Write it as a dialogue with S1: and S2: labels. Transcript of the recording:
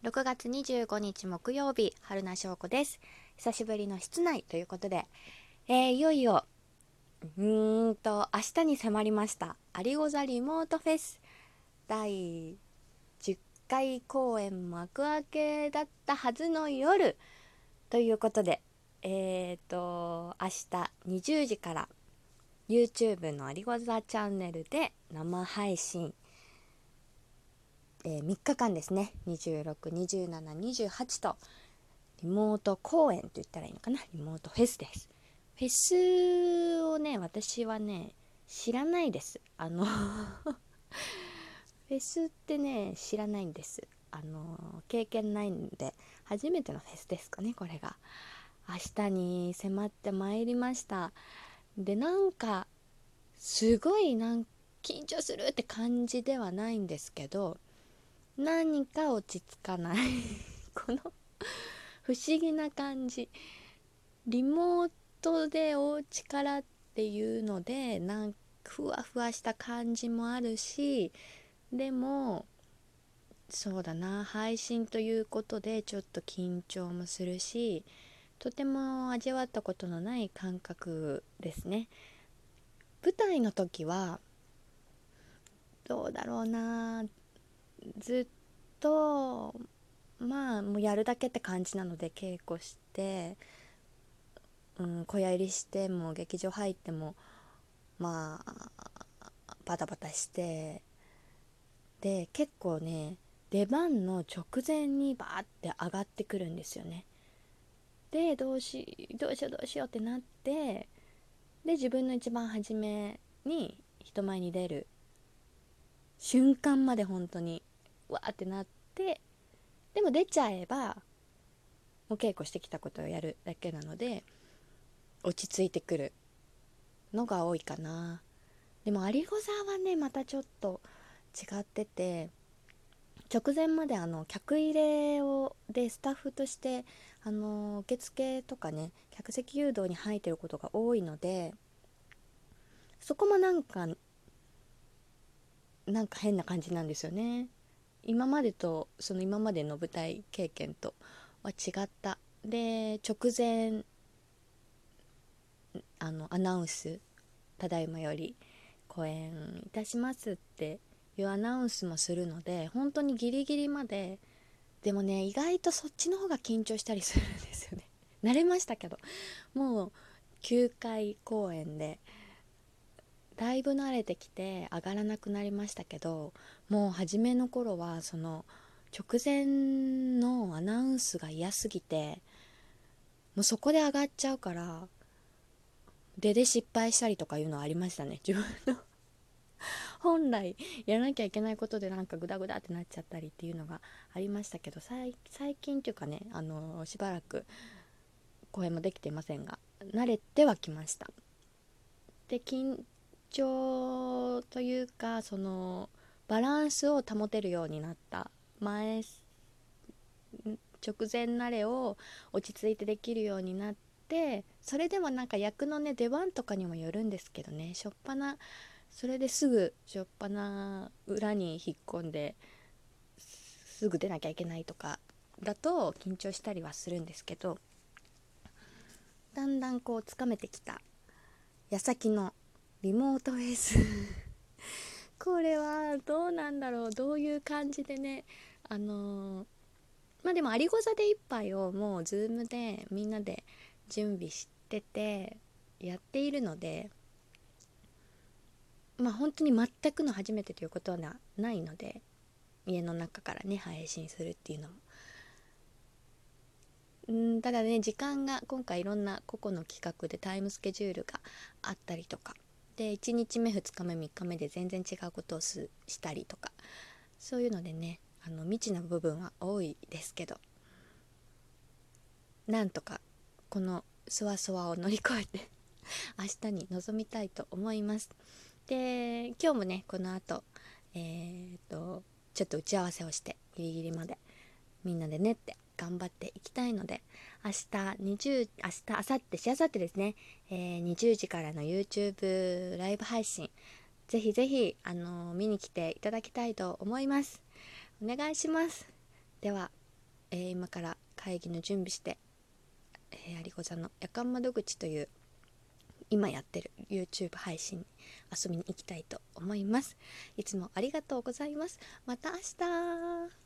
S1: 6月25日木曜日、春名翔子です。久しぶりの室内ということで、いよいよ明日に迫りましたアリゴザリモートフェス第10回公演幕開けだったはずの夜ということで、明日20時から YouTube のアリゴザチャンネルで生配信、3日間ですね。26、27、28とリモート公演と言ったらいいのかな、リモートフェスです。フェスをね、私はね知らないです。フェスってね知らないんです。経験ないんで初めてのフェスですかね、これが。明日に迫ってまいりました。で、なんかすごい緊張するって感じではないんですけど、何か落ち着かないこの不思議な感じ。リモートでお家からっていうのでふわふわした感じもあるし、でもそうだな、配信ということでちょっと緊張もするし、とても味わったことのない感覚ですね。舞台の時はどうだろうな、ずっともうやるだけって感じなので、稽古して、小屋入りしても劇場入ってもバタバタして、で結構ね、出番の直前にバーって上がってくるんですよね。でどうしようどうしようってなって、で自分の一番初めに人前に出る瞬間まで本当にわーってなって、でも出ちゃえばもう稽古してきたことをやるだけなので落ち着いてくるのが多いかな。でもアリゴザはねまたちょっと違ってて、直前まで客入れでスタッフとして受付とかね、客席誘導に入ってることが多いので、そこもなんか変な感じなんですよね。今までと今までの舞台経験とは違った。で直前アナウンス、ただいまより公演いたしますっていうアナウンスもするので、本当にギリギリまで。でもね、意外とそっちの方が緊張したりするんですよね。慣れましたけど、もう9回公演でだいぶ慣れてきて上がらなくなりましたけど、もう初めの頃はその直前のアナウンスが嫌すぎて、もうそこで上がっちゃうから、で失敗したりとかいうのはありましたね。自分の本来やらなきゃいけないことでグダグダってなっちゃったりっていうのがありましたけど、最近というかね、しばらく公演もできていませんが、慣れてはきました。で、緊張というか、バランスを保てるようになった。直前慣れを落ち着いてできるようになって、それでも役のね出番とかにもよるんですけどね、しょっぱなそれですぐしょっぱな裏に引っ込んですぐ出なきゃいけないとかだと緊張したりはするんですけど、だんだんこうつかめてきた矢先のリモートフェスこれはどうなんだろう、どういう感じでね、でもアリゴザで一杯をもうズームでみんなで準備しててやっているので、本当に全くの初めてということはないので、家の中からね配信するっていうのもただね、時間が今回いろんな個々の企画でタイムスケジュールがあったりとかで、1日目2日目3日目で全然違うことをしたりとか、そういうのでね、未知な部分は多いですけど、なんとかこのそわそわを乗り越えて明日に臨みたいと思います。で、今日もねこの後ちょっと打ち合わせをしてギリギリまでみんなで練って頑張っていきたいので、明日明後日しあさってですね、20時からの YouTube ライブ配信、ぜひぜひ見に来ていただきたいと思います。お願いします。では。 今から会議の準備して、有子座の夜間窓口という今やってる YouTube 配信に遊びに行きたいと思います。いつもありがとうございます。また明日。